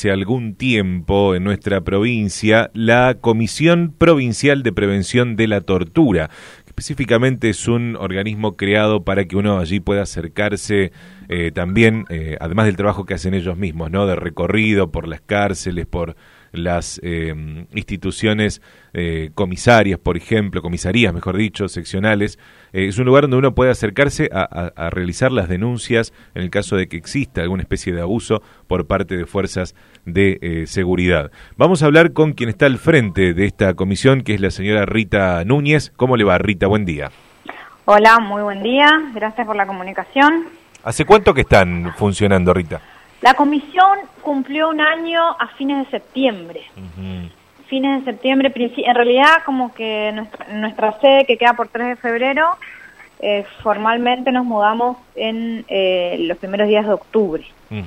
hace algún tiempo en nuestra provincia la Comisión Provincial de Prevención de la Tortura. Específicamente es un organismo creado para que uno allí pueda acercarse también, además del trabajo que hacen ellos mismos, ¿no? De recorrido por las cárceles, por las instituciones comisarias, por ejemplo, comisarías, mejor dicho, seccionales. Es un lugar donde uno puede acercarse a realizar las denuncias en el caso de que exista alguna especie de abuso por parte de fuerzas de seguridad. Vamos a hablar con quien está al frente de esta comisión, que es la señora Rita Núñez. ¿Cómo le va, Rita? Buen día. Hola, muy buen día. Gracias por la comunicación. ¿Hace cuánto que están funcionando, Rita? La comisión cumplió un año a fines de septiembre. Fines de septiembre, en realidad como que nuestra sede, que queda por 3 de febrero, formalmente nos mudamos en los primeros días de octubre.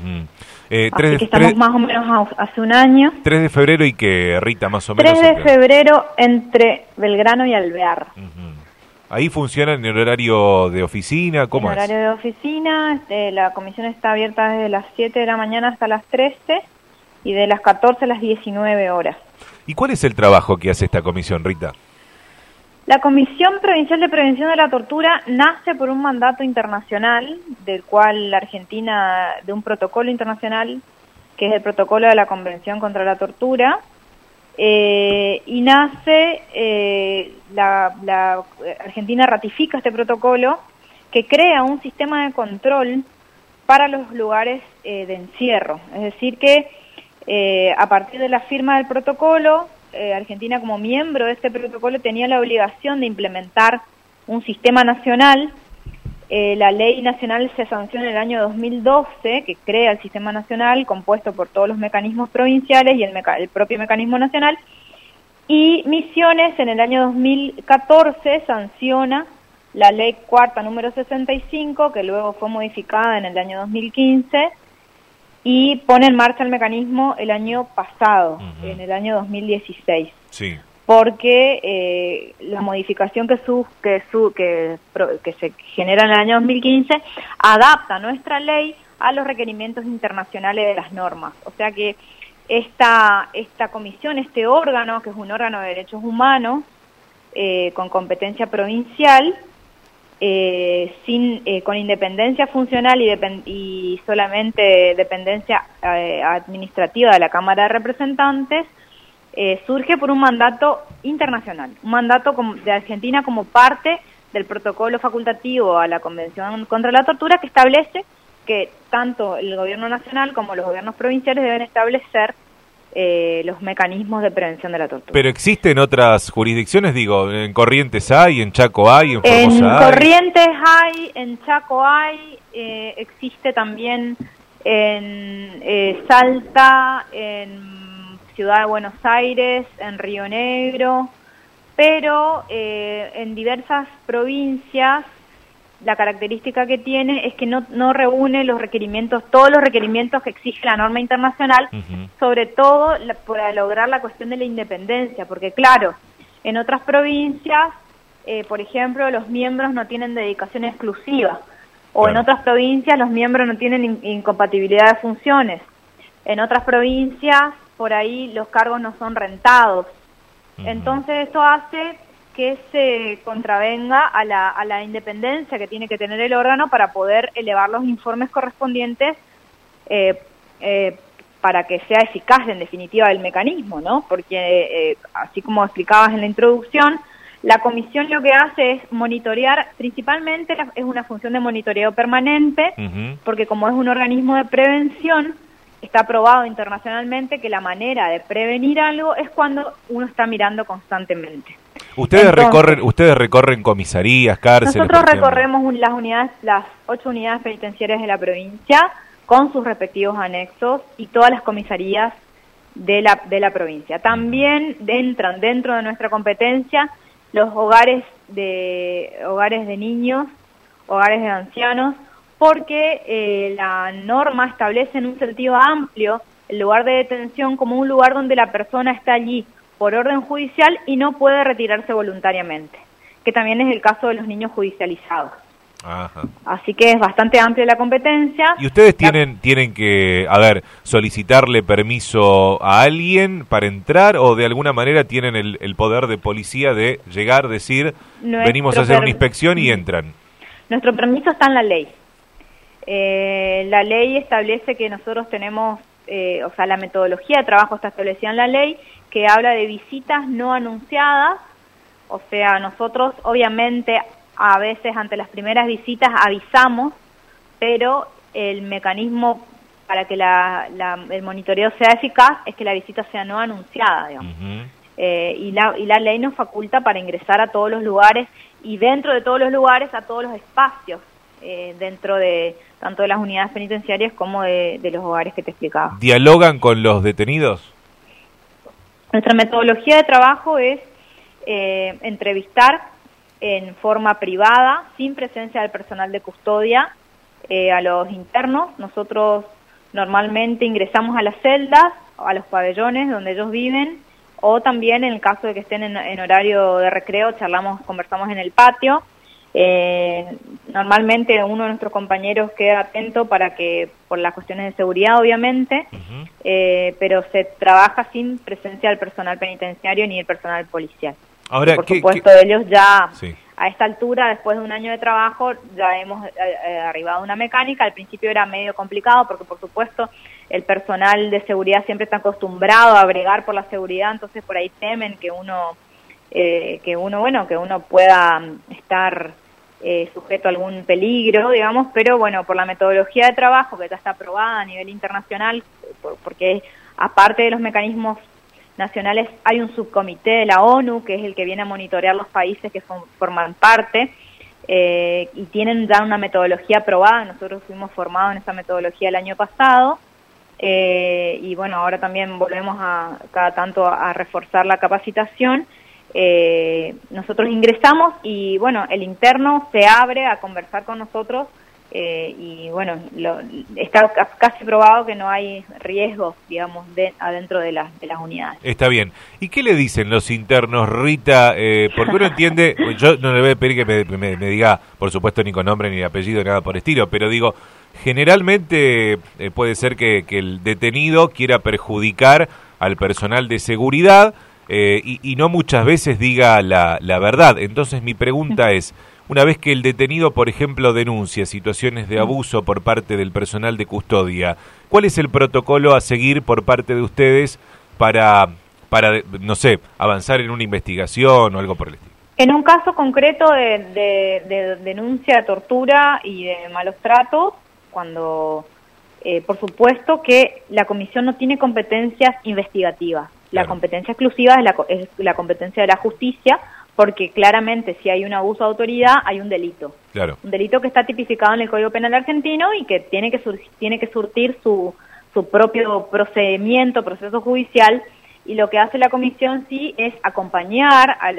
Así que estamos más o menos hace un año. 3 de febrero y que, Rita, más o menos. 3 de febrero entre Belgrano y Alvear. ¿Ahí funciona en el horario de oficina? ¿Cómo es? En horario de oficina, la comisión está abierta desde las 7 de la mañana hasta las 13 y de las 14 a las 19 horas. ¿Y cuál es el trabajo que hace esta comisión, Rita? La Comisión Provincial de Prevención de la Tortura nace por un mandato internacional, del cual la Argentina, de un protocolo internacional, que es el protocolo de la Convención contra la Tortura, y nace, la Argentina ratifica este protocolo que crea un sistema de control para los lugares de encierro. Es decir que a partir de la firma del protocolo, Argentina como miembro de este protocolo tenía la obligación de implementar un sistema nacional. La ley nacional se sanciona en el año 2012, que crea el sistema nacional compuesto por todos los mecanismos provinciales y el propio mecanismo nacional. Y Misiones en el año 2014 sanciona la ley cuarta número 65, que luego fue modificada en el año 2015, y pone en marcha el mecanismo el año pasado, en el año 2016. Sí. Porque la modificación que se genera en el año 2015 adapta nuestra ley a los requerimientos internacionales de las normas. O sea que esta comisión, este órgano, que es un órgano de derechos humanos con competencia provincial, con independencia funcional y solamente dependencia administrativa de la Cámara de Representantes, surge por un mandato internacional, un mandato de Argentina como parte del protocolo facultativo a la Convención contra la Tortura, que establece que tanto el gobierno nacional como los gobiernos provinciales deben establecer los mecanismos de prevención de la tortura. ¿Pero existen otras jurisdicciones? Digo, en Corrientes hay, en Chaco hay, en Formosa hay. En Corrientes hay, en Chaco hay, existe también en Salta, en Ciudad de Buenos Aires, en Río Negro, pero en diversas provincias la característica que tiene es que no reúne los requerimientos, todos los requerimientos que exige la norma internacional, sobre todo para lograr la cuestión de la independencia, porque claro, en otras provincias, por ejemplo, los miembros no tienen dedicación exclusiva, o en otras provincias los miembros no tienen incompatibilidad de funciones, en otras provincias por ahí los cargos no son rentados. Entonces esto hace que se contravenga a la independencia que tiene que tener el órgano para poder elevar los informes correspondientes para que sea eficaz en definitiva el mecanismo, ¿no? Porque así como explicabas en la introducción, la comisión lo que hace es monitorear, principalmente es una función de monitoreo permanente, porque como es un organismo de prevención, está probado internacionalmente que la manera de prevenir algo es cuando uno está mirando constantemente. Ustedes recorren comisarías, cárceles. Nosotros recorremos las 8 unidades penitenciarias de la provincia con sus respectivos anexos y todas las comisarías de la provincia. También entran dentro de nuestra competencia los hogares de niños, hogares de ancianos, porque la norma establece en un sentido amplio el lugar de detención como un lugar donde la persona está allí por orden judicial y no puede retirarse voluntariamente, que también es el caso de los niños judicializados. Ajá. Así que es bastante amplia la competencia. ¿Y ustedes tienen que, solicitarle permiso a alguien para entrar o de alguna manera tienen el poder de policía de llegar, decir, venimos a hacer una inspección y entran? Nuestro permiso está en la ley. La ley establece que nosotros tenemos, la metodología de trabajo está establecida en la ley, que habla de visitas no anunciadas. O sea, nosotros obviamente a veces ante las primeras visitas avisamos, pero el mecanismo para que el monitoreo sea eficaz es que la visita sea no anunciada, digamos. Y la ley nos faculta para ingresar a todos los lugares y dentro de todos los lugares a todos los espacios, dentro de tanto de las unidades penitenciarias como de los hogares que te explicaba. ¿Dialogan con los detenidos? Nuestra metodología de trabajo es entrevistar en forma privada, sin presencia del personal de custodia, a los internos. Nosotros normalmente ingresamos a las celdas, a los pabellones donde ellos viven, o también en el caso de que estén en horario de recreo, conversamos en el patio. Normalmente uno de nuestros compañeros queda atento por las cuestiones de seguridad, obviamente, pero se trabaja sin presencia del personal penitenciario ni del personal policial. Ahora, por supuesto, ellos ya a esta altura, después de un año de trabajo, ya hemos arribado a una mecánica. Al principio era medio complicado porque, por supuesto, el personal de seguridad siempre está acostumbrado a bregar por la seguridad, entonces por ahí temen que uno pueda estar sujeto a algún peligro, digamos, pero bueno, por la metodología de trabajo que ya está aprobada a nivel internacional, porque aparte de los mecanismos nacionales hay un subcomité de la ONU que es el que viene a monitorear los países que forman parte y tienen ya una metodología aprobada. Nosotros fuimos formados en esa metodología el año pasado y bueno, ahora también volvemos cada tanto a reforzar la capacitación. Nosotros ingresamos y bueno, el interno se abre a conversar con nosotros y bueno, está casi probado que no hay riesgos, digamos, adentro de las unidades. Está bien. ¿Y qué le dicen los internos, Rita? Porque uno entiende, yo no le voy a pedir que me diga, por supuesto, ni con nombre ni apellido, ni nada por estilo, pero digo, generalmente puede ser que el detenido quiera perjudicar al personal de seguridad y no muchas veces diga la verdad. Entonces mi pregunta es, una vez que el detenido, por ejemplo, denuncia situaciones de abuso por parte del personal de custodia, ¿cuál es el protocolo a seguir por parte de ustedes para no sé, avanzar en una investigación o algo por el estilo? En un caso concreto de denuncia de tortura y de malos tratos, cuando, por supuesto que la comisión no tiene competencias investigativas. La competencia exclusiva es la competencia de la justicia, porque claramente si hay un abuso de autoridad hay un delito. Claro. Un delito que está tipificado en el Código Penal argentino y que tiene que surtir su propio proceso judicial, y lo que hace la comisión sí es acompañar a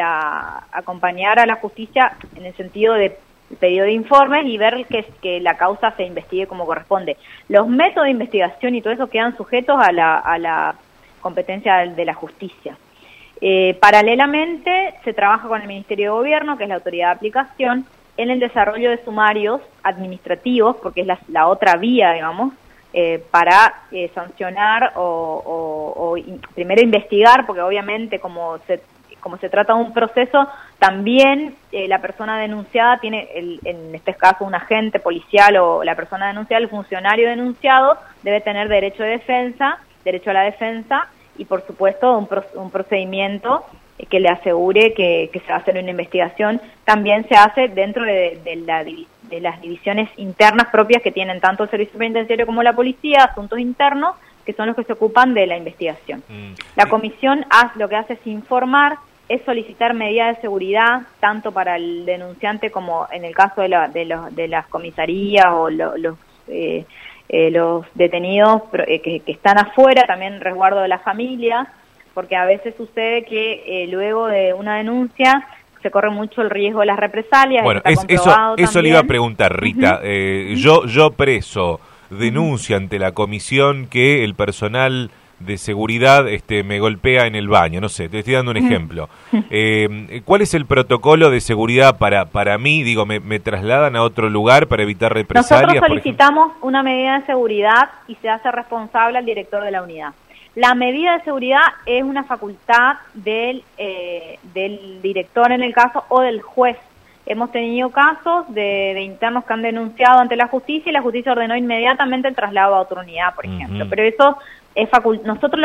la justicia en el sentido de pedido de informes y ver que la causa se investigue como corresponde. Los métodos de investigación y todo eso quedan sujetos a la competencia de la justicia. Paralelamente se trabaja con el Ministerio de Gobierno, que es la autoridad de aplicación, en el desarrollo de sumarios administrativos, porque es la otra vía, digamos, para sancionar o primero investigar, porque obviamente como se trata de un proceso, también la persona denunciada tiene, en este caso un agente policial o la persona denunciada, el funcionario denunciado debe tener derecho a la defensa y por supuesto un procedimiento que le asegure que se va a hacer una investigación. También se hace dentro de las divisiones internas propias que tienen tanto el Servicio Penitenciario como la Policía, asuntos internos, que son los que se ocupan de la investigación. La comisión lo que hace es informar, es solicitar medidas de seguridad, tanto para el denunciante como en el caso de las comisarías o los detenidos que están afuera, también resguardo de la familia, porque a veces sucede que luego de una denuncia se corre mucho el riesgo de las represalias. Bueno, eso le iba a preguntar, Rita. Yo preso denuncio ante la comisión que el personal de seguridad me golpea en el baño, no sé, te estoy dando un ejemplo. ¿Cuál es el protocolo de seguridad para mí? Digo, ¿me trasladan a otro lugar para evitar represalias? Nosotros solicitamos una medida de seguridad y se hace responsable al director de la unidad. La medida de seguridad es una facultad del director en el caso o del juez. Hemos tenido casos de internos que han denunciado ante la justicia y la justicia ordenó inmediatamente el traslado a otra unidad, por ejemplo. Pero eso es nosotros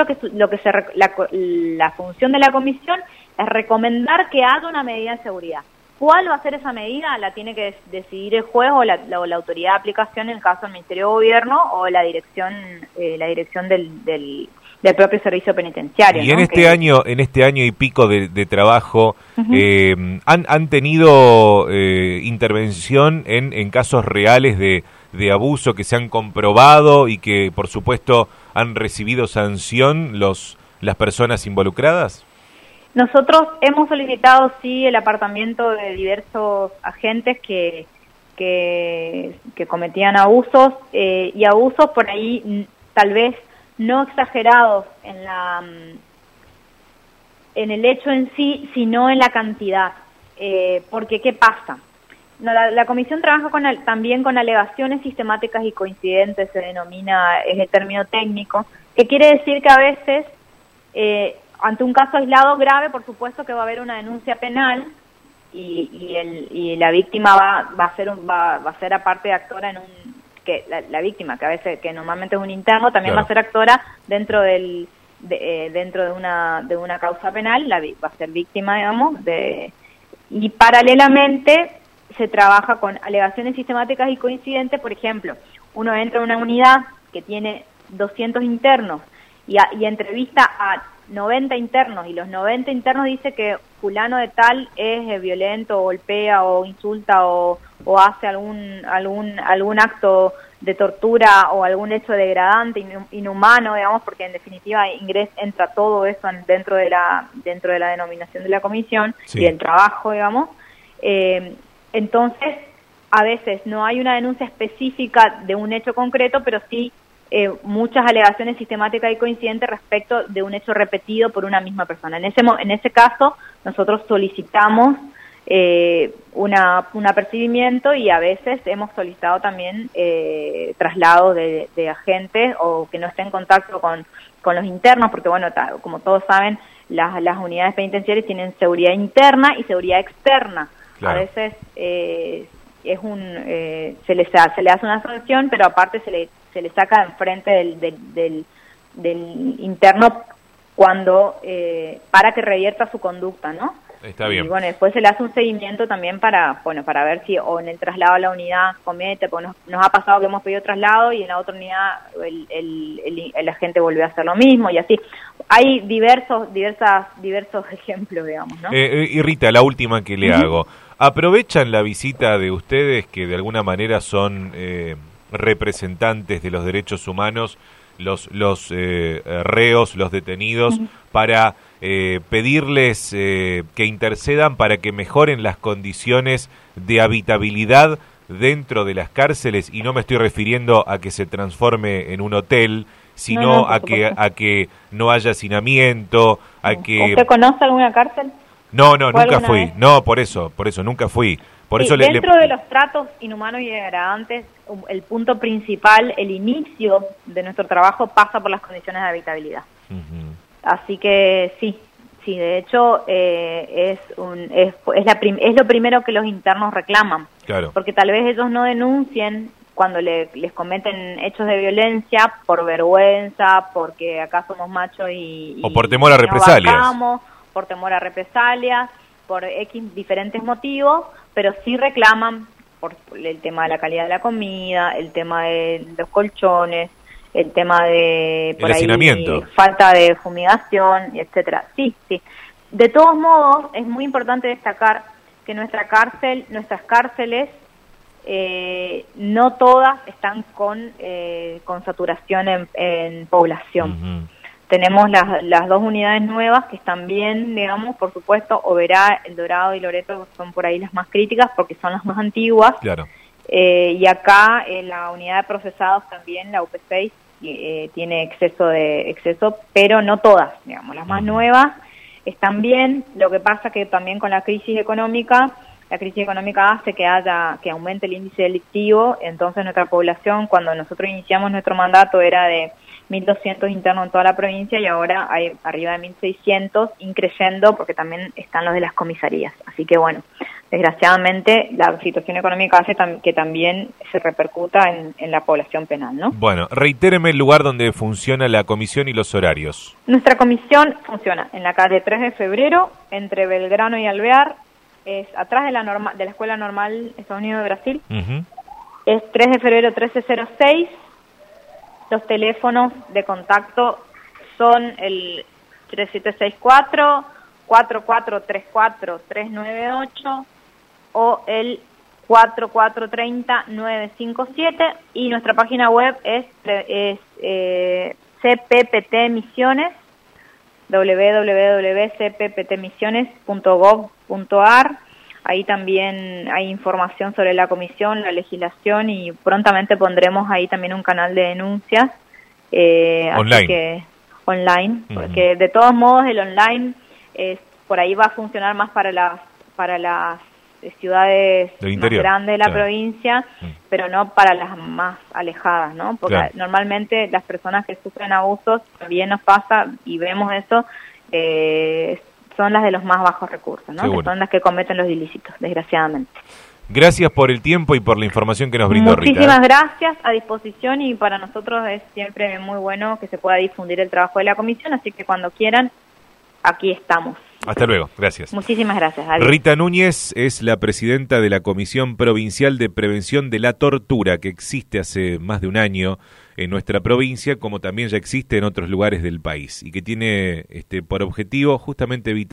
la función de la comisión es recomendar que haga una medida de seguridad. ¿Cuál va a ser esa medida? La tiene que decidir el juez o la autoridad de aplicación, en el caso del Ministerio de Gobierno o la dirección del propio servicio penitenciario. Y ¿no? en este año y pico de trabajo, ¿han tenido intervención en casos reales de abuso que se han comprobado y que, por supuesto, han recibido sanción las personas involucradas? Nosotros hemos solicitado, sí, el apartamiento de diversos agentes que cometían abusos y abusos por ahí tal vez no exagerados en el hecho en sí, sino en la cantidad. Porque, ¿qué pasa? La comisión trabaja también con alegaciones sistemáticas y coincidentes, se denomina, es el término técnico, que quiere decir que a veces, ante un caso aislado grave, por supuesto que va a haber una denuncia penal y la víctima va a ser aparte actora en la víctima, que normalmente es un interno, también va a ser actora dentro de una causa penal, va a ser víctima, digamos, y paralelamente se trabaja con alegaciones sistemáticas y coincidentes. Por ejemplo, uno entra a una unidad que tiene 200 internos y entrevista a 90 internos, y los 90 internos dice que fulano de tal es violento, o golpea, o insulta, o hace algún acto de tortura o algún hecho degradante, inhumano, digamos, porque en definitiva entra todo eso dentro de la denominación de la comisión y del trabajo, digamos. Entonces, a veces no hay una denuncia específica de un hecho concreto, pero sí muchas alegaciones sistemáticas y coincidentes respecto de un hecho repetido por una misma persona. En ese caso, nosotros solicitamos un apercibimiento y a veces hemos solicitado también traslados de agentes o que no estén en contacto con los internos, porque bueno, como todos saben, las unidades penitenciarias tienen seguridad interna y seguridad externa. Claro. A veces se le hace una sanción, pero aparte se le saca de enfrente del interno para que revierta su conducta, ¿no? Está bien. Y bueno, después se le hace un seguimiento también para ver si o en el traslado a la unidad comete, porque nos ha pasado que hemos pedido traslado y en la otra unidad el agente volvió a hacer lo mismo y así. Hay diversos ejemplos, digamos, ¿no? Y Rita, la última que le hago. ¿Aprovechan la visita de ustedes, que de alguna manera son representantes de los derechos humanos, los reos, los detenidos, para pedirles que intercedan para que mejoren las condiciones de habitabilidad dentro de las cárceles? Y no me estoy refiriendo a que se transforme en un hotel, sino a que no haya hacinamiento, ¿Usted conoce alguna cárcel? No, nunca fui. No, por eso nunca fui. Por eso dentro de los tratos inhumanos y degradantes, el punto principal, el inicio de nuestro trabajo pasa por las condiciones de habitabilidad. Así que sí, de hecho es lo primero que los internos reclaman. Claro. Porque tal vez ellos no denuncien cuando les cometen hechos de violencia por vergüenza, porque acá somos machos o por temor a represalias. Por temor a represalias, por X diferentes motivos, pero sí reclaman por el tema de la calidad de la comida, el tema de los colchones, el tema de por ahí, falta de fumigación, etcétera. Sí. De todos modos, es muy importante destacar que nuestras cárceles no todas están con saturación en población. Tenemos las dos unidades nuevas que están bien, digamos, por supuesto, Oberá, El Dorado y Loreto son por ahí las más críticas porque son las más antiguas. Claro. Y acá en la unidad de procesados también, la UP6, tiene exceso, pero no todas, digamos, las más nuevas están bien. Lo que pasa que también con la crisis económica hace que aumente el índice delictivo. Entonces nuestra población, cuando nosotros iniciamos nuestro mandato, era de 1.200 internos en toda la provincia, y ahora hay arriba de 1.600, increyendo porque también están los de las comisarías. Así que bueno, desgraciadamente la situación económica hace que también se repercuta en la población penal, ¿no? Bueno, reitéreme el lugar donde funciona la comisión y los horarios. Nuestra comisión funciona en la calle 3 de Febrero, entre Belgrano y Alvear, es atrás de la Escuela Normal Estados Unidos de Brasil. Es 3 de febrero 1306. Los teléfonos de contacto son el 3764-4434-398 o el 4430-957, y nuestra página web es CPPT Misiones, www.cpptmisiones.gov.ar. Ahí también hay información sobre la comisión, la legislación, y prontamente pondremos ahí también un canal de denuncias. Online. Así que, online, porque de todos modos el online por ahí va a funcionar más para las ciudades más grandes de la provincia, pero no para las más alejadas, ¿no? Porque normalmente las personas que sufren abusos, también nos pasa y vemos eso, son las de los más bajos recursos, ¿no? Que son las que cometen los ilícitos, desgraciadamente. Gracias por el tiempo y por la información que nos brindó Rita. Muchísimas gracias, a disposición, y para nosotros es siempre muy bueno que se pueda difundir el trabajo de la comisión, así que cuando quieran, aquí estamos. Hasta luego, gracias. Muchísimas gracias. Adiós. Rita Núñez es la presidenta de la Comisión Provincial de Prevención de la Tortura, que existe hace más de un año en nuestra provincia, como también ya existe en otros lugares del país, y que tiene por objetivo justamente evitar